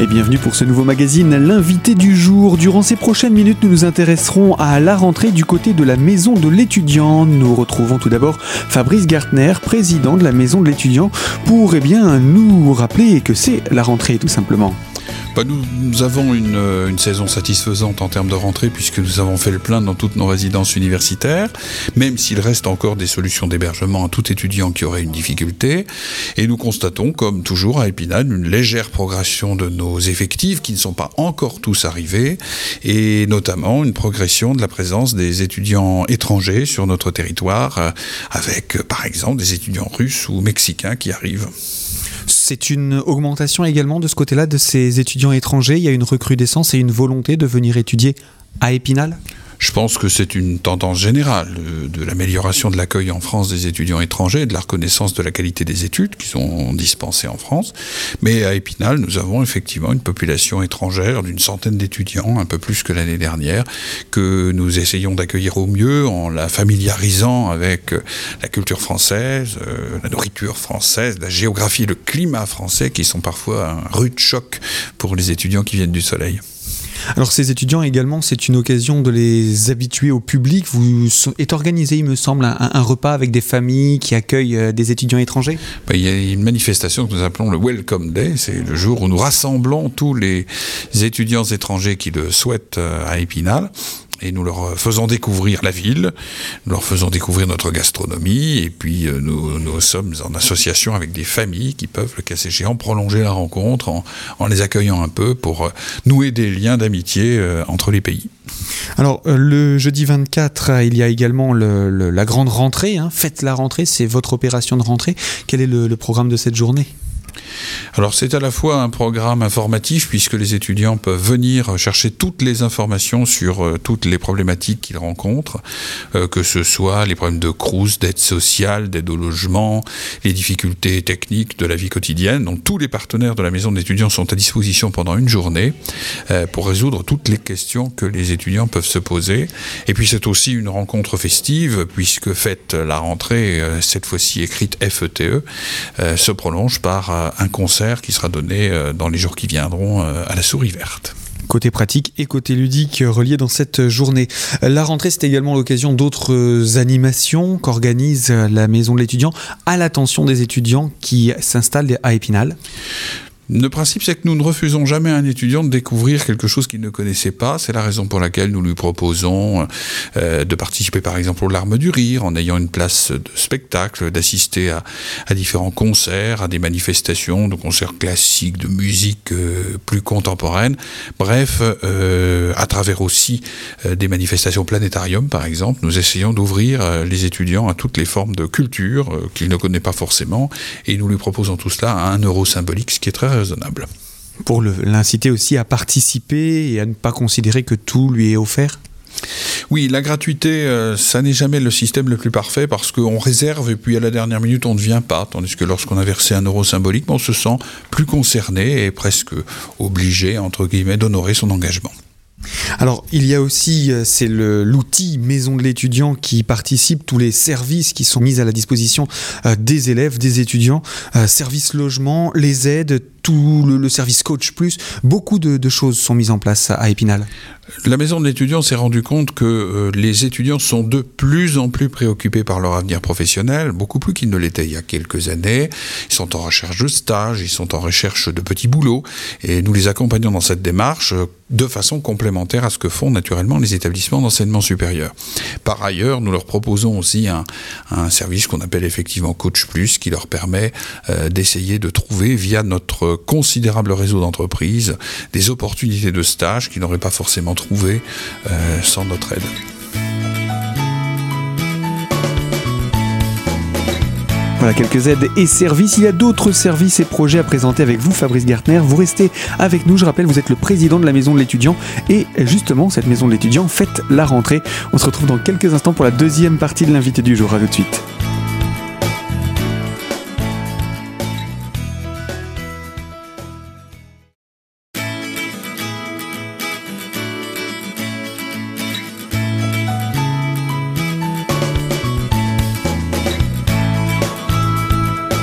Et bienvenue pour ce nouveau magazine, l'invité du jour. Durant ces prochaines minutes, nous nous intéresserons à la rentrée du côté de la Maison de l'Étudiant. Nous retrouvons tout d'abord Fabrice Gartner, président de la Maison de l'Étudiant, pour nous rappeler que c'est la rentrée tout simplement. Nous avons une saison satisfaisante en termes de rentrée puisque nous avons fait le plein dans toutes nos résidences universitaires, même s'il reste encore des solutions d'hébergement à tout étudiant qui aurait une difficulté. Et nous constatons, comme toujours à Épinal, une légère progression de nos effectifs qui ne sont pas encore tous arrivés, et notamment une progression de la présence des étudiants étrangers sur notre territoire, avec par exemple des étudiants russes ou mexicains qui arrivent. C'est une augmentation également de ce côté-là de ces étudiants étrangers. Il y a une recrudescence et une volonté de venir étudier à Épinal ? Je pense que c'est une tendance générale de l'amélioration de l'accueil en France des étudiants étrangers et de la reconnaissance de la qualité des études qui sont dispensées en France. Mais à Épinal, nous avons effectivement une population étrangère d'une centaine d'étudiants, un peu plus que l'année dernière, que nous essayons d'accueillir au mieux en la familiarisant avec la culture française, la nourriture française, la géographie et le climat français qui sont parfois un rude choc pour les étudiants qui viennent du soleil. Alors ces étudiants également, c'est une occasion de les habituer au public. Est organisé, il me semble, un repas avec des familles qui accueillent des étudiants étrangers ? Il y a une manifestation que nous appelons le Welcome Day. C'est le jour où nous rassemblons tous les étudiants étrangers qui le souhaitent à Épinal. Et nous leur faisons découvrir la ville, nous leur faisons découvrir notre gastronomie, et puis nous sommes en association avec des familles qui peuvent, le cas échéant, prolonger la rencontre en les accueillant un peu pour nouer des liens d'amitié entre les pays. Alors, le jeudi 24, il y a également la grande rentrée. Faites la rentrée, c'est votre opération de rentrée. Quel est le programme de cette journée ? Alors c'est à la fois un programme informatif puisque les étudiants peuvent venir chercher toutes les informations sur toutes les problématiques qu'ils rencontrent, que ce soit les problèmes de crous, d'aide sociale, d'aide au logement, les difficultés techniques de la vie quotidienne. Donc tous les partenaires de la maison d'étudiants sont à disposition pendant une journée pour résoudre toutes les questions que les étudiants peuvent se poser. Et puis c'est aussi une rencontre festive puisque Faites la rentrée, cette fois-ci écrite FETE, se prolonge par un concert qui sera donné dans les jours qui viendront à la Souris Verte. Côté pratique et côté ludique reliés dans cette journée. La rentrée, c'est également l'occasion d'autres animations qu'organise la Maison de l'Étudiant à l'attention des étudiants qui s'installent à Épinal. Le principe, c'est que nous ne refusons jamais à un étudiant de découvrir quelque chose qu'il ne connaissait pas. C'est la raison pour laquelle nous lui proposons de participer, par exemple, aux Larmes du Rire, en ayant une place de spectacle, d'assister à différents concerts, à des manifestations, de concerts classiques, de musique plus contemporaine. Bref, à travers aussi des manifestations planétarium, par exemple, nous essayons d'ouvrir les étudiants à toutes les formes de culture qu'ils ne connaissent pas forcément, et nous lui proposons tout cela à 1 € symbolique, ce qui est très raisonnable. Pour l'inciter aussi à participer et à ne pas considérer que tout lui est offert ? Oui, la gratuité, ça n'est jamais le système le plus parfait parce qu'on réserve et puis à la dernière minute on ne vient pas, tandis que lorsqu'on a versé 1 € symbolique, on se sent plus concerné et presque obligé, entre guillemets, d'honorer son engagement. Alors, il y a aussi, c'est l'outil Maison de l'Étudiant qui participe, tous les services qui sont mis à la disposition des élèves, des étudiants, service logement, les aides, tout le service Coach Plus, beaucoup de choses sont mises en place à Épinal. La Maison de l'Étudiant s'est rendu compte que les étudiants sont de plus en plus préoccupés par leur avenir professionnel, beaucoup plus qu'ils ne l'étaient il y a quelques années. Ils sont en recherche de stages, ils sont en recherche de petits boulots, et nous les accompagnons dans cette démarche de façon complémentaire à ce que font naturellement les établissements d'enseignement supérieur. Par ailleurs, nous leur proposons aussi un service qu'on appelle effectivement Coach Plus, qui leur permet d'essayer de trouver, via notre considérable réseau d'entreprises, des opportunités de stage qu'ils n'auraient pas forcément trouvées sans notre aide. Voilà quelques aides et services. Il y a d'autres services et projets à présenter avec vous, Fabrice Gartner. Vous restez avec nous. Je rappelle, vous êtes le président de la Maison de l'Étudiant. Et justement, cette Maison de l'Étudiant fête la rentrée. On se retrouve dans quelques instants pour la deuxième partie de l'invité du jour. À tout de suite.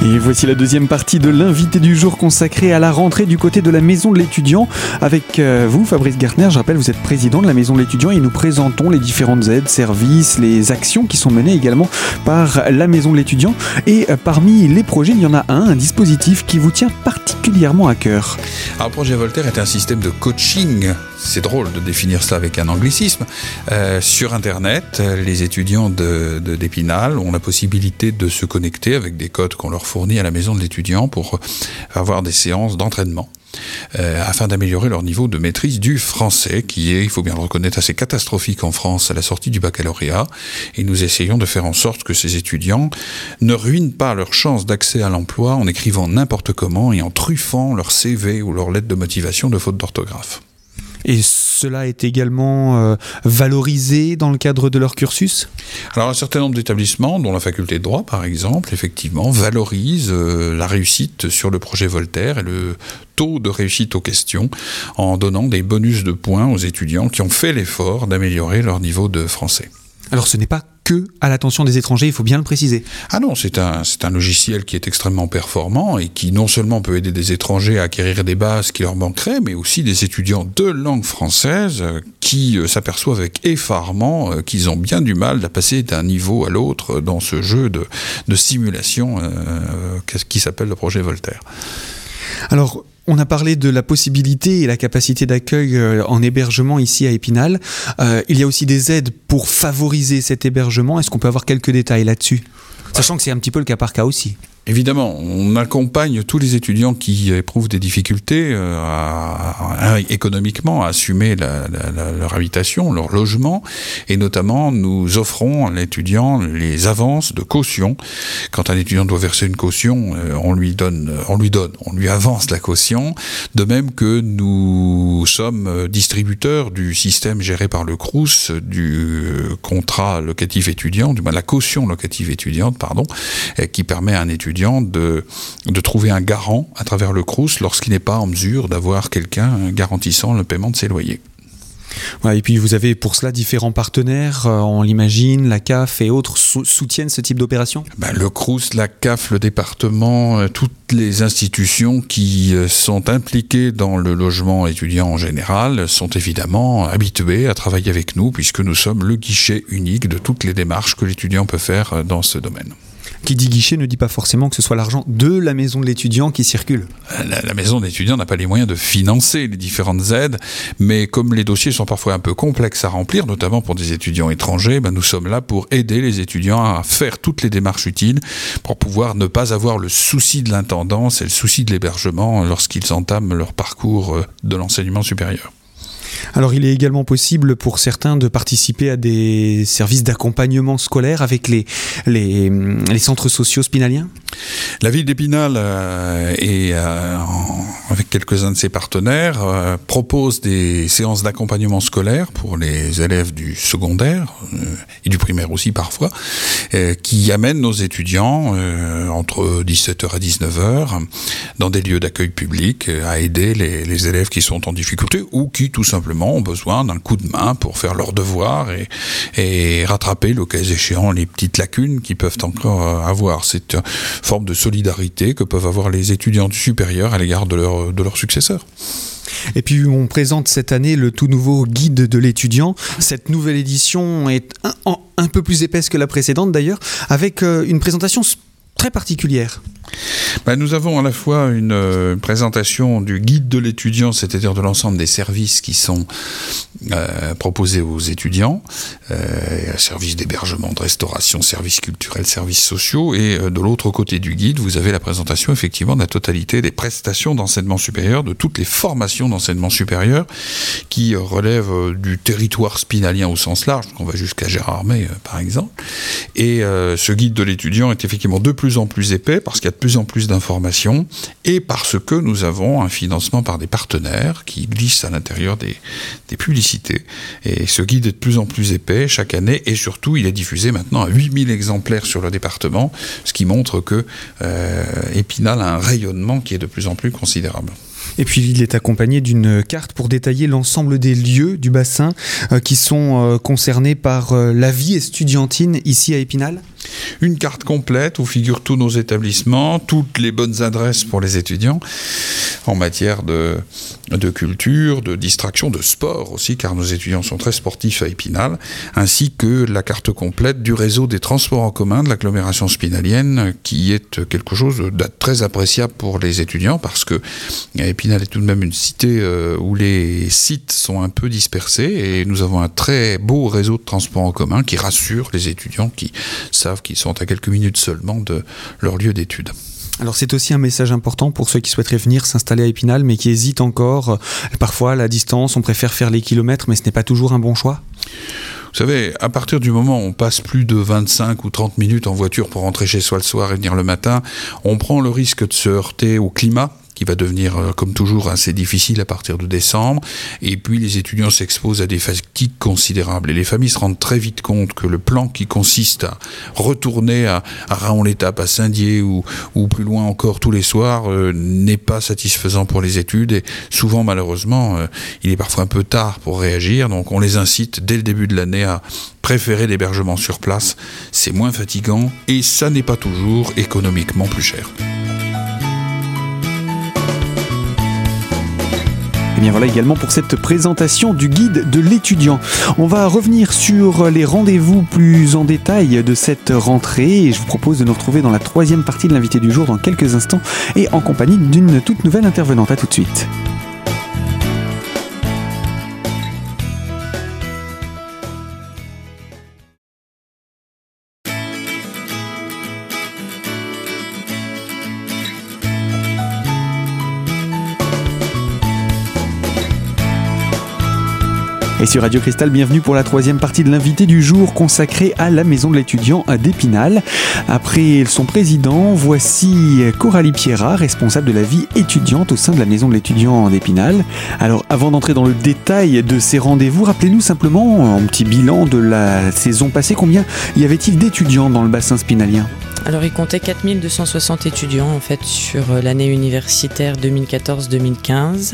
Et voici la deuxième partie de l'invité du jour consacrée à la rentrée du côté de la Maison de l'Étudiant. Avec vous, Fabrice Gartner, je rappelle, vous êtes président de la Maison de l'Étudiant et nous présentons les différentes aides, services, les actions qui sont menées également par la Maison de l'Étudiant. Et parmi les projets, il y en a un dispositif qui vous tient particulièrement à cœur. Alors, le projet Voltaire est un système de coaching. C'est drôle de définir ça avec un anglicisme. Sur Internet, les étudiants d'Épinal ont la possibilité de se connecter avec des codes qu'on leur fournit à la Maison de l'Étudiant pour avoir des séances d'entraînement. Afin d'améliorer leur niveau de maîtrise du français, qui est, il faut bien le reconnaître, assez catastrophique en France à la sortie du baccalauréat. Et nous essayons de faire en sorte que ces étudiants ne ruinent pas leur chance d'accès à l'emploi en écrivant n'importe comment et en truffant leur CV ou leur lettre de motivation de faute d'orthographe. Et cela est également valorisé dans le cadre de leur cursus ? Alors, un certain nombre d'établissements, dont la faculté de droit par exemple, effectivement, valorisent la réussite sur le projet Voltaire et le taux de réussite aux questions en donnant des bonus de points aux étudiants qui ont fait l'effort d'améliorer leur niveau de français. Alors ce n'est pas que à l'attention des étrangers, il faut bien le préciser. Ah non, c'est un logiciel qui est extrêmement performant et qui non seulement peut aider des étrangers à acquérir des bases qui leur manqueraient, mais aussi des étudiants de langue française qui s'aperçoivent avec effarement qu'ils ont bien du mal à passer d'un niveau à l'autre dans ce jeu de simulation qui s'appelle le projet Voltaire. Alors, on a parlé de la possibilité et la capacité d'accueil en hébergement ici à Épinal. Il y a aussi des aides pour favoriser cet hébergement. Est-ce qu'on peut avoir quelques détails là-dessus ? Sachant que c'est un petit peu le cas par cas aussi. Évidemment, on accompagne tous les étudiants qui éprouvent des difficultés économiquement à assumer leur habitation, leur logement, et notamment nous offrons à l'étudiant les avances de caution. Quand un étudiant doit verser une caution, on lui avance la caution, de même que nous sommes distributeurs du système géré par le Crous, du contrat locatif étudiant, du moins la caution locative étudiante, qui permet à un étudiant de trouver un garant à travers le Crous lorsqu'il n'est pas en mesure d'avoir quelqu'un garantissant le paiement de ses loyers. Ouais, et puis vous avez pour cela différents partenaires, on l'imagine, la CAF et autres soutiennent ce type d'opération ? Le Crous, la CAF, le département, toutes les institutions qui sont impliquées dans le logement étudiant en général sont évidemment habituées à travailler avec nous puisque nous sommes le guichet unique de toutes les démarches que l'étudiant peut faire dans ce domaine. Qui dit guichet ne dit pas forcément que ce soit l'argent de la Maison de l'Étudiant qui circule. La Maison de l'Étudiant n'a pas les moyens de financer les différentes aides, mais comme les dossiers sont parfois un peu complexes à remplir, notamment pour des étudiants étrangers, nous sommes là pour aider les étudiants à faire toutes les démarches utiles pour pouvoir ne pas avoir le souci de l'intendance et le souci de l'hébergement lorsqu'ils entament leur parcours de l'enseignement supérieur. Alors il est également possible pour certains de participer à des services d'accompagnement scolaire avec les centres sociaux spinaliens ? La ville d'Épinal avec quelques-uns de ses partenaires propose des séances d'accompagnement scolaire pour les élèves du secondaire et du primaire aussi parfois, qui amènent nos étudiants entre 17h et 19h dans des lieux d'accueil public à aider les élèves qui sont en difficulté ou qui tout simplement ont besoin d'un coup de main pour faire leurs devoirs et rattraper le cas échéant les petites lacunes qu'ils peuvent encore avoir. C'est une forme de solidarité que peuvent avoir les étudiants du supérieur à l'égard de leurs successeurs. Et puis on présente cette année le tout nouveau guide de l'étudiant. Cette nouvelle édition est un peu plus épaisse que la précédente d'ailleurs, avec une présentation très particulière. Nous avons à la fois une présentation du guide de l'étudiant, c'est-à-dire de l'ensemble des services qui sont proposés aux étudiants, services d'hébergement, de restauration, services culturels, services sociaux, et de l'autre côté du guide, vous avez la présentation effectivement de la totalité des prestations d'enseignement supérieur, de toutes les formations d'enseignement supérieur qui relèvent du territoire spinalien au sens large, on va jusqu'à Gérardmer par exemple, et ce guide de l'étudiant est effectivement de plus en plus épais parce qu'il y a de plus en plus d'informations et parce que nous avons un financement par des partenaires qui glissent à l'intérieur des publicités. Et ce guide est de plus en plus épais chaque année et surtout il est diffusé maintenant à 8000 exemplaires sur le département, ce qui montre que Épinal a un rayonnement qui est de plus en plus considérable. Et puis il est accompagné d'une carte pour détailler l'ensemble des lieux du bassin qui sont concernés par la vie estudiantine ici à Épinal. une carte complète où figurent tous nos établissements, toutes les bonnes adresses pour les étudiants en matière de culture, de distraction, de sport aussi, car nos étudiants sont très sportifs à Épinal, ainsi que la carte complète du réseau des transports en commun de l'agglomération spinalienne, qui est quelque chose de très appréciable pour les étudiants, parce que Épinal est tout de même une cité où les sites sont un peu dispersés, et nous avons un très beau réseau de transports en commun qui rassure les étudiants qui savent qu'ils sont à quelques minutes seulement de leur lieu d'études. Alors c'est aussi un message important pour ceux qui souhaiteraient venir s'installer à Épinal mais qui hésitent encore. Parfois à la distance, on préfère faire les kilomètres mais ce n'est pas toujours un bon choix. Vous savez, à partir du moment où on passe plus de 25 ou 30 minutes en voiture pour rentrer chez soi le soir et venir le matin, on prend le risque de se heurter au climat, qui va devenir, comme toujours, assez difficile à partir de décembre. Et puis, les étudiants s'exposent à des fatigues considérables. Et les familles se rendent très vite compte que le plan qui consiste à retourner à Raon-l'Étape, à Saint-Dié ou plus loin encore tous les soirs n'est pas satisfaisant pour les études. Et souvent, malheureusement, il est parfois un peu tard pour réagir. Donc, on les incite, dès le début de l'année, à préférer l'hébergement sur place. C'est moins fatigant et ça n'est pas toujours économiquement plus cher. Et bien voilà également pour cette présentation du guide de l'étudiant. On va revenir sur les rendez-vous plus en détail de cette rentrée et je vous propose de nous retrouver dans la troisième partie de l'invité du jour dans quelques instants et en compagnie d'une toute nouvelle intervenante. À tout de suite. Et sur Radio Cristal, bienvenue pour la troisième partie de l'invité du jour consacrée à la maison de l'étudiant d'Épinal. Après son président, voici Coralie Pierrat, responsable de la vie étudiante au sein de la maison de l'étudiant d'Épinal. Alors avant d'entrer dans le détail de ces rendez-vous, rappelez-nous simplement un petit bilan de la saison passée. Combien y avait-il d'étudiants dans le bassin spinalien ? Alors il comptait 4260 étudiants en fait sur l'année universitaire 2014-2015,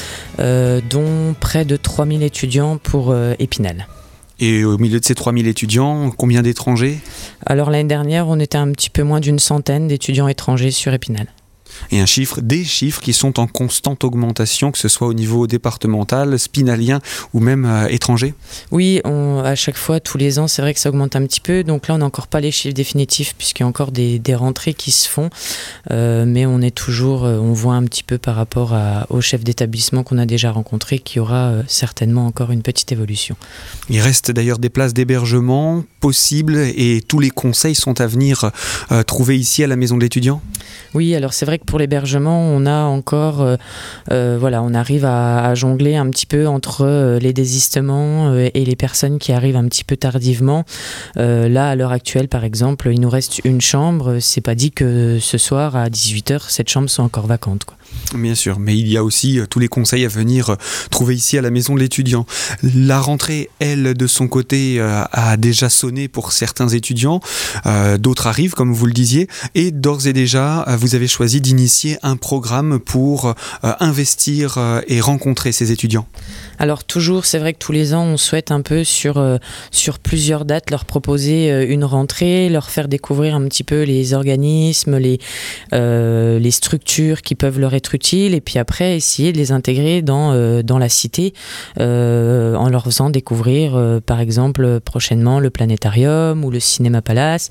dont près de 3000 étudiants pour Épinal. Et au milieu de ces 3000 étudiants, combien d'étrangers ? Alors l'année dernière, on était un petit peu moins d'une centaine d'étudiants étrangers sur Épinal. Et des chiffres qui sont en constante augmentation, que ce soit au niveau départemental, spinalien ou même étranger. Oui, à chaque fois, tous les ans, c'est vrai que ça augmente un petit peu. Donc là, on n'a encore pas les chiffres définitifs puisqu'il y a encore des rentrées qui se font. Mais on est toujours, on voit un petit peu par rapport au chef d'établissement qu'on a déjà rencontré qu'il y aura certainement encore une petite évolution. Il reste d'ailleurs des places d'hébergement possibles et tous les conseils sont à venir trouver ici à la maison de l'étudiant. Oui, alors c'est vrai que pour l'hébergement, on a encore, on arrive à jongler un petit peu entre les désistements et les personnes qui arrivent un petit peu tardivement. Là, à l'heure actuelle, par exemple, il nous reste une chambre. C'est pas dit que ce soir, à 18h, cette chambre soit encore vacante, quoi. Bien sûr, mais il y a aussi tous les conseils à venir trouver ici à la maison de l'étudiant. La rentrée, elle, de son côté, a déjà sonné pour certains étudiants. D'autres arrivent, comme vous le disiez. Et d'ores et déjà, vous avez choisi d'initier un programme pour investir et rencontrer ces étudiants. Alors toujours, c'est vrai que tous les ans, on souhaite un peu sur plusieurs dates leur proposer une rentrée, leur faire découvrir un petit peu les organismes, les structures qui peuvent leur être utiles, et puis après essayer de les intégrer dans la cité en leur faisant découvrir par exemple prochainement le planétarium ou le cinéma palace.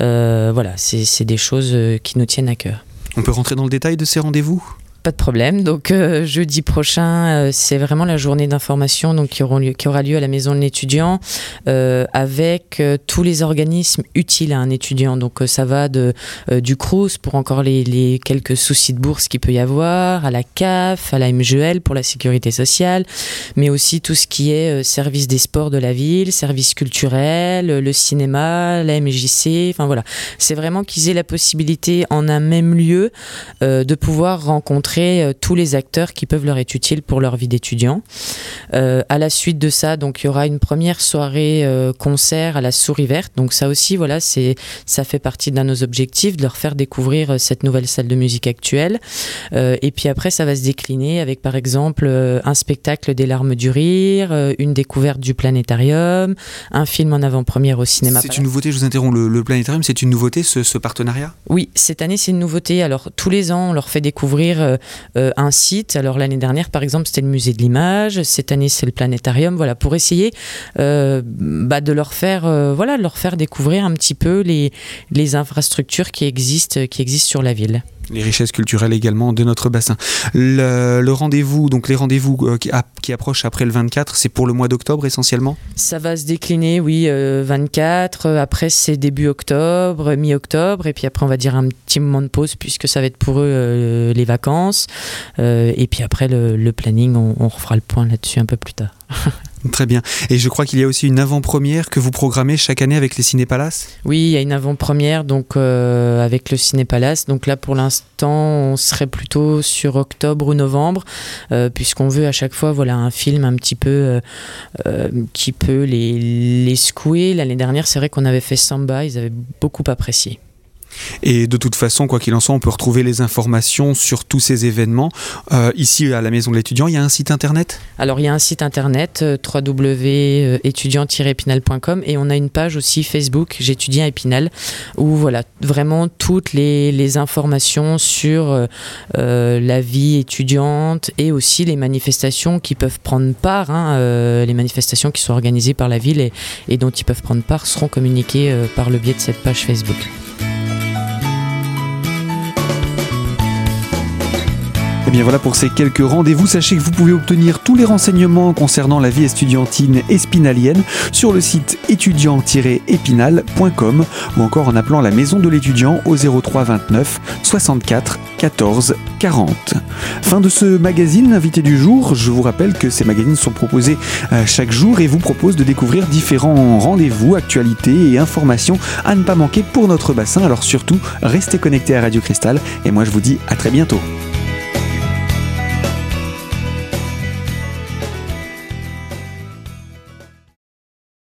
C'est des choses qui nous tiennent à cœur. On peut rentrer dans le détail de ces rendez-vous ? Pas de problème. Donc jeudi prochain, c'est vraiment la journée d'information donc, qui aura lieu à la maison de l'étudiant avec tous les organismes utiles à un étudiant. Donc ça va du Crous pour encore les quelques soucis de bourse qu'il peut y avoir, à la CAF, à la MGL pour la sécurité sociale, mais aussi tout ce qui est service des sports de la ville, service culturel, le cinéma, la MJC. Enfin voilà, c'est vraiment qu'ils aient la possibilité en un même lieu de pouvoir rencontrer rencontrer tous les acteurs qui peuvent leur être utiles pour leur vie d'étudiant. À la suite de ça, donc il y aura une première soirée concert à la Souris Verte. Donc ça aussi, voilà, ça fait partie d'un de nos objectifs, de leur faire découvrir cette nouvelle salle de musique actuelle. Et puis après, ça va se décliner avec par exemple un spectacle des Larmes du Rire, une découverte du planétarium, un film en avant-première au cinéma. C'est une nouveauté, je vous interromps, le planétarium, c'est une nouveauté ce partenariat ? Oui, cette année c'est une nouveauté. Alors tous les ans on leur fait découvrir un site. Alors l'année dernière par exemple c'était le musée de l'image, cette année c'est le planétarium. Voilà, pour essayer de leur faire découvrir un petit peu les infrastructures qui existent sur la ville. Les richesses culturelles également de notre bassin. Le rendez-vous, donc les rendez-vous qui approchent après le 24, c'est pour le mois d'octobre essentiellement ? Ça va se décliner, oui, 24, après c'est début octobre, mi-octobre, et puis après on va dire un petit moment de pause puisque ça va être pour eux les vacances, et puis après le planning, on refera le point là-dessus un peu plus tard. Très bien. Et je crois qu'il y a aussi une avant-première que vous programmez chaque année avec les Ciné-Palaces ? Oui, il y a une avant-première donc, avec le Ciné-Palace. Donc là, pour l'instant, on serait plutôt sur octobre ou novembre, puisqu'on veut à chaque fois un film un petit peu qui peut les secouer. L'année dernière, c'est vrai qu'on avait fait Samba, ils avaient beaucoup apprécié. Et de toute façon, quoi qu'il en soit, on peut retrouver les informations sur tous ces événements. Ici, à la Maison de l'Étudiant, il y a un site internet ? Alors, il y a un site internet, www.étudiant-épinal.com, et on a une page aussi Facebook, J'étudie à Épinal, où vraiment toutes les informations sur la vie étudiante et aussi les manifestations qui peuvent prendre part, les manifestations qui sont organisées par la ville et dont ils peuvent prendre part seront communiquées par le biais de cette page Facebook. Et bien voilà pour ces quelques rendez-vous. Sachez que vous pouvez obtenir tous les renseignements concernant la vie estudiantine espinalienne sur le site étudiant-épinal.com ou encore en appelant la Maison de l'Étudiant au 03 29 64 14 40. Fin de ce magazine, invité du jour. Je vous rappelle que ces magazines sont proposés chaque jour et vous proposent de découvrir différents rendez-vous, actualités et informations à ne pas manquer pour notre bassin. Alors surtout, restez connectés à Radio Cristal et moi je vous dis à très bientôt.